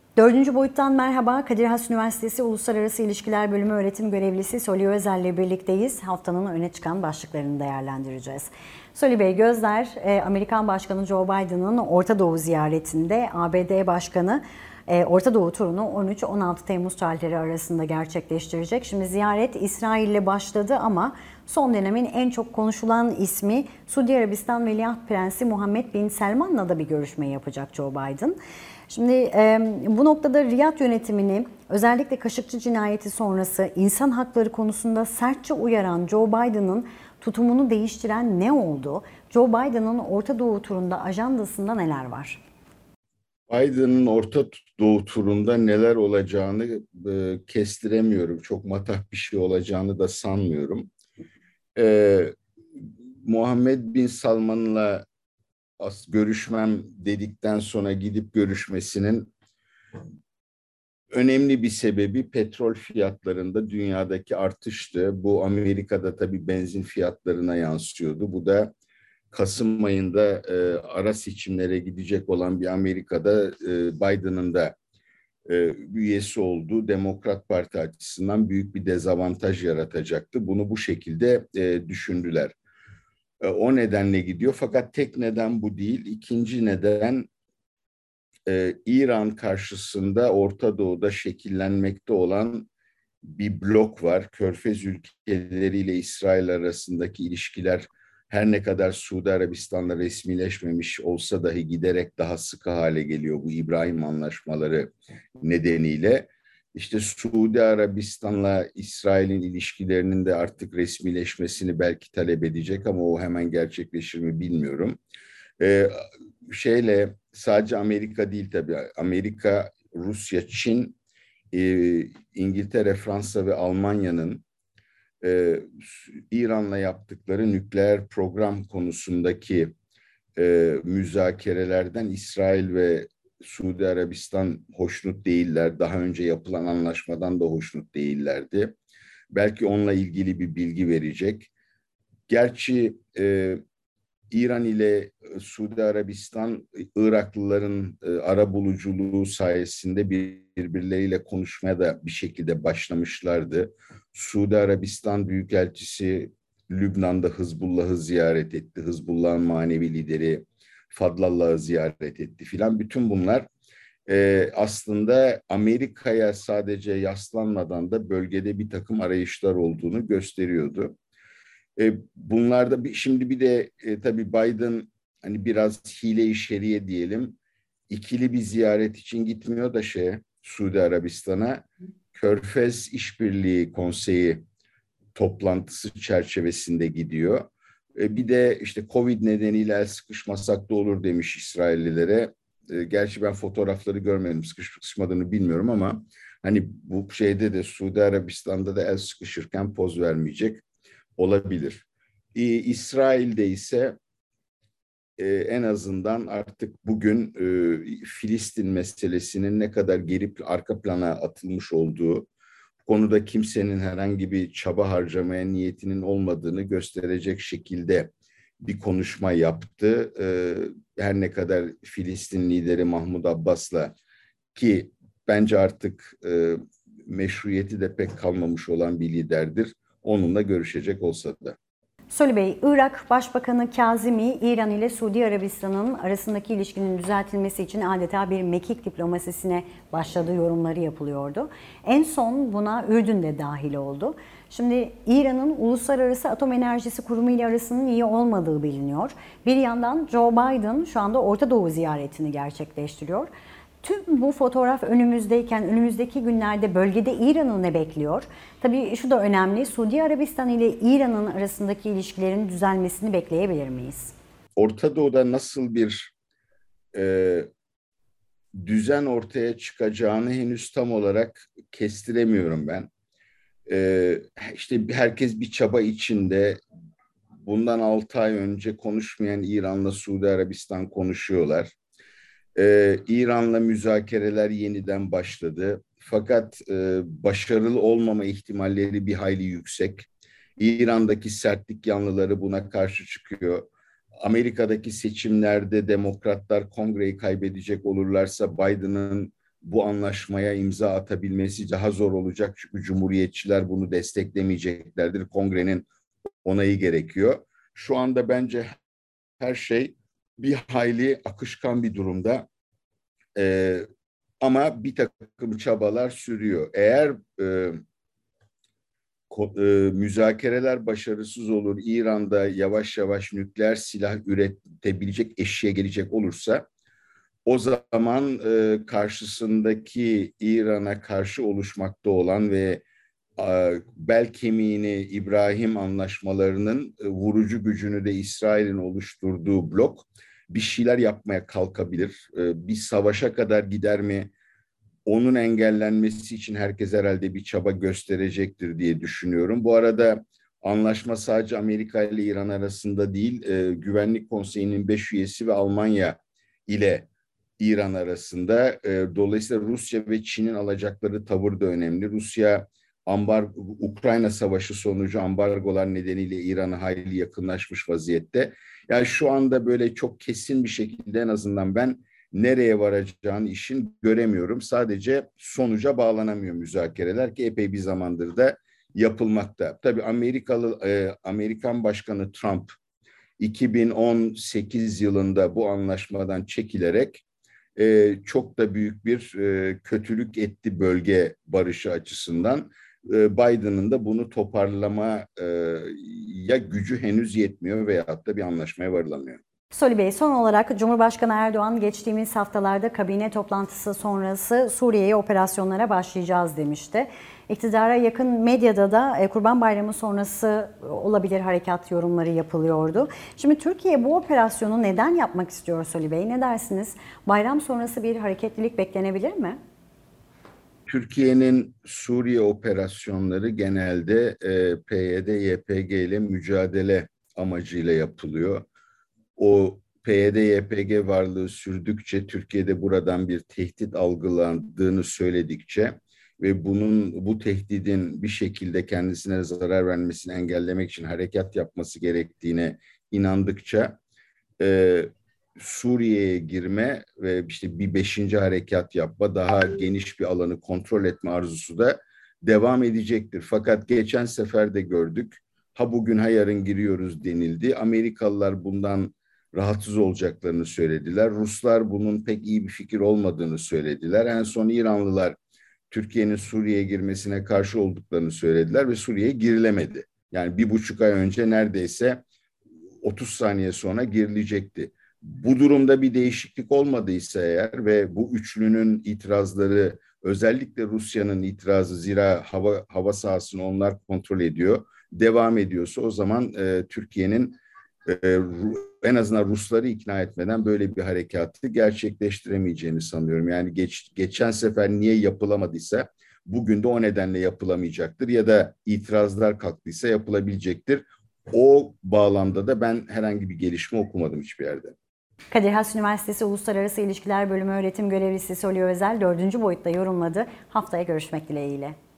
Dördüncü boyuttan merhaba. Kadir Has Üniversitesi Uluslararası İlişkiler Bölümü öğretim görevlisi Soli Özel ile birlikteyiz. Haftanın öne çıkan başlıklarını değerlendireceğiz. Soli Bey, gözler Amerikan Başkanı Joe Biden'ın Orta Doğu ziyaretinde. ABD Başkanı Orta Doğu turunu 13-16 Temmuz tarihleri arasında gerçekleştirecek. Şimdi ziyaret İsrail ile başladı ama son dönemin en çok konuşulan ismi Suudi Arabistan Veliaht Prensi Muhammed Bin Selman'la da bir görüşme yapacak Joe Biden. Şimdi bu noktada Riyad yönetimini özellikle Kaşıkçı cinayeti sonrası insan hakları konusunda sertçe uyaran Joe Biden'ın tutumunu değiştiren ne oldu? Joe Biden'ın Orta Doğu turunda ajandasında neler var? Biden'ın Orta Doğu turunda neler olacağını kestiremiyorum. Çok matah bir şey olacağını da sanmıyorum. E, Muhammed Bin Salman'la görüşmem dedikten sonra gidip görüşmesinin önemli bir sebebi petrol fiyatlarında dünyadaki artıştı. Bu Amerika'da tabii benzin fiyatlarına yansıyordu. Bu da Kasım ayında ara seçimlere gidecek olan bir Amerika'da Biden'ın da üyesi olduğu Demokrat Parti açısından büyük bir dezavantaj yaratacaktı. Bunu bu şekilde düşündüler. O nedenle gidiyor. Fakat tek neden bu değil. İkinci neden İran karşısında Orta Doğu'da şekillenmekte olan bir blok var. Körfez ülkeleriyle İsrail arasındaki ilişkiler her ne kadar Suudi Arabistan'la resmileşmemiş olsa dahi giderek daha sıkı hale geliyor bu İbrahim anlaşmaları nedeniyle. İşte Suudi Arabistan'la İsrail'in ilişkilerinin de artık resmileşmesini belki talep edecek ama o hemen gerçekleşir mi bilmiyorum. Ee, sadece Amerika değil tabii. Amerika, Rusya, Çin, İngiltere, Fransa ve Almanya'nın e, İran'la yaptıkları nükleer program konusundaki müzakerelerden İsrail ve Suudi Arabistan hoşnut değiller. Daha önce yapılan anlaşmadan da hoşnut değillerdi. Belki onunla ilgili bir bilgi verecek. Gerçi İran ile Suudi Arabistan Iraklıların arabuluculuğu sayesinde birbirleriyle konuşmaya da bir şekilde başlamışlardı. Suudi Arabistan Büyükelçisi Lübnan'da Hızbullah'ı ziyaret etti. Hızbullah'ın manevi lideri Fadlallah'ı ziyaret etti filan. Bütün bunlar aslında Amerika'ya sadece yaslanmadan da bölgede bir takım arayışlar olduğunu gösteriyordu. Bunlarda şimdi bir de tabii Biden hani biraz hile-i şeriye diyelim ikili bir ziyaret için gitmiyor da Suudi Arabistan'a Körfez İşbirliği Konseyi toplantısı çerçevesinde gidiyor. Bir de işte Covid nedeniyle el sıkışmasak da olur demiş İsraillilere. Gerçi ben fotoğrafları görmedim, sıkışıp sıkışmadığını bilmiyorum ama hani bu şeyde de Suudi Arabistan'da da el sıkışırken poz vermeyecek olabilir. İsrail'de ise en azından artık bugün Filistin meselesinin ne kadar geri arka plana atılmış olduğu, konuda kimsenin herhangi bir çaba harcamaya niyetinin olmadığını gösterecek şekilde bir konuşma yaptı. Her ne kadar Filistin lideri Mahmud Abbas'la ki bence artık meşruiyeti de pek kalmamış olan bir liderdir. Onunla görüşecek olsa da. Soli Bey, Irak Başbakanı Kazimi, İran ile Suudi Arabistan'ın arasındaki ilişkinin düzeltilmesi için adeta bir mekik diplomasisine başladığı yorumları yapılıyordu. En son buna Ürdün de dahil oldu. Şimdi İran'ın Uluslararası Atom Enerjisi Kurumu ile arasının iyi olmadığı biliniyor. Bir yandan Joe Biden şu anda Orta Doğu ziyaretini gerçekleştiriyor. Tüm bu fotoğraf önümüzdeyken önümüzdeki günlerde bölgede İran'ı ne bekliyor? Tabii şu da önemli, Suudi Arabistan ile İran'ın arasındaki ilişkilerin düzelmesini bekleyebilir miyiz? Orta Doğu'da nasıl bir e, düzen ortaya çıkacağını henüz tam olarak kestiremiyorum ben. İşte herkes bir çaba içinde. Bundan 6 ay önce konuşmayan İran'la Suudi Arabistan konuşuyorlar. İran'la müzakereler yeniden başladı. Fakat başarılı olmama ihtimalleri bir hayli yüksek. İran'daki sertlik yanlıları buna karşı çıkıyor. Amerika'daki seçimlerde demokratlar kongreyi kaybedecek olurlarsa Biden'ın bu anlaşmaya imza atabilmesi daha zor olacak. Çünkü Cumhuriyetçiler bunu desteklemeyeceklerdir. Kongrenin onayı gerekiyor. Şu anda bence her şey bir hayli akışkan bir durumda. Ee, Ama bir takım çabalar sürüyor. Eğer müzakereler başarısız olur, İran'da yavaş yavaş nükleer silah üretebilecek eşiğe gelecek olursa, o zaman karşısındaki İran'a karşı oluşmakta olan ve bel kemiğini İbrahim anlaşmalarının vurucu gücünü de İsrail'in oluşturduğu blok bir şeyler yapmaya kalkabilir. Bir savaşa kadar gider mi? Onun engellenmesi için herkes herhalde bir çaba gösterecektir diye düşünüyorum. Bu arada anlaşma sadece Amerika ile İran arasında değil, Güvenlik Konseyi'nin 5 üyesi ve Almanya ile İran arasında. Dolayısıyla Rusya ve Çin'in alacakları tavır da önemli. Rusya Ukrayna Savaşı sonucu ambargolar nedeniyle İran'a hayli yakınlaşmış vaziyette. Yani şu anda böyle çok kesin bir şekilde en azından ben nereye varacağını işin göremiyorum. Sadece sonuca bağlanamıyor müzakereler ki epey bir zamandır da yapılmakta. Tabii Amerikan Başkanı Trump 2018 yılında bu anlaşmadan çekilerek çok da büyük bir kötülük etti bölge barışı açısından. Biden'ın da bunu toparlamaya gücü henüz yetmiyor veyahut da bir anlaşmaya varılamıyor. Soli Bey, son olarak Cumhurbaşkanı Erdoğan geçtiğimiz haftalarda kabine toplantısı sonrası Suriye'ye operasyonlara başlayacağız demişti. İktidara yakın medyada da Kurban Bayramı sonrası olabilir harekat yorumları yapılıyordu. Şimdi Türkiye bu operasyonu neden yapmak istiyor Soli Bey? Ne dersiniz? Bayram sonrası bir hareketlilik beklenebilir mi? Türkiye'nin Suriye operasyonları genelde PYD-YPG ile mücadele amacıyla yapılıyor. O PYD-YPG varlığı sürdükçe, Türkiye'de buradan bir tehdit algılandığını söyledikçe ve bu tehdidin bir şekilde kendisine zarar vermesini engellemek için harekat yapması gerektiğine inandıkça e, Suriye'ye girme ve işte bir beşinci harekat yapma, daha geniş bir alanı kontrol etme arzusu da devam edecektir. Fakat geçen sefer de gördük. Ha bugün ha yarın giriyoruz denildi. Amerikalılar bundan rahatsız olacaklarını söylediler. Ruslar bunun pek iyi bir fikir olmadığını söylediler. En son İranlılar Türkiye'nin Suriye'ye girmesine karşı olduklarını söylediler ve Suriye'ye girilemedi. Yani 1,5 ay önce neredeyse 30 saniye sonra girilecekti. Bu durumda bir değişiklik olmadıysa eğer ve bu üçlünün itirazları, özellikle Rusya'nın itirazı, zira hava sahasını onlar kontrol ediyor, devam ediyorsa, o zaman Türkiye'nin en azından Rusları ikna etmeden böyle bir harekatı gerçekleştiremeyeceğini sanıyorum. Yani geçen sefer niye yapılamadıysa bugün de o nedenle yapılamayacaktır ya da itirazlar kalktıysa yapılabilecektir. O bağlamda da ben herhangi bir gelişme okumadım hiçbir yerde. Kadir Has Üniversitesi Uluslararası İlişkiler Bölümü öğretim görevlisi Soli Özel 4. boyutta yorumladı. Haftaya görüşmek dileğiyle.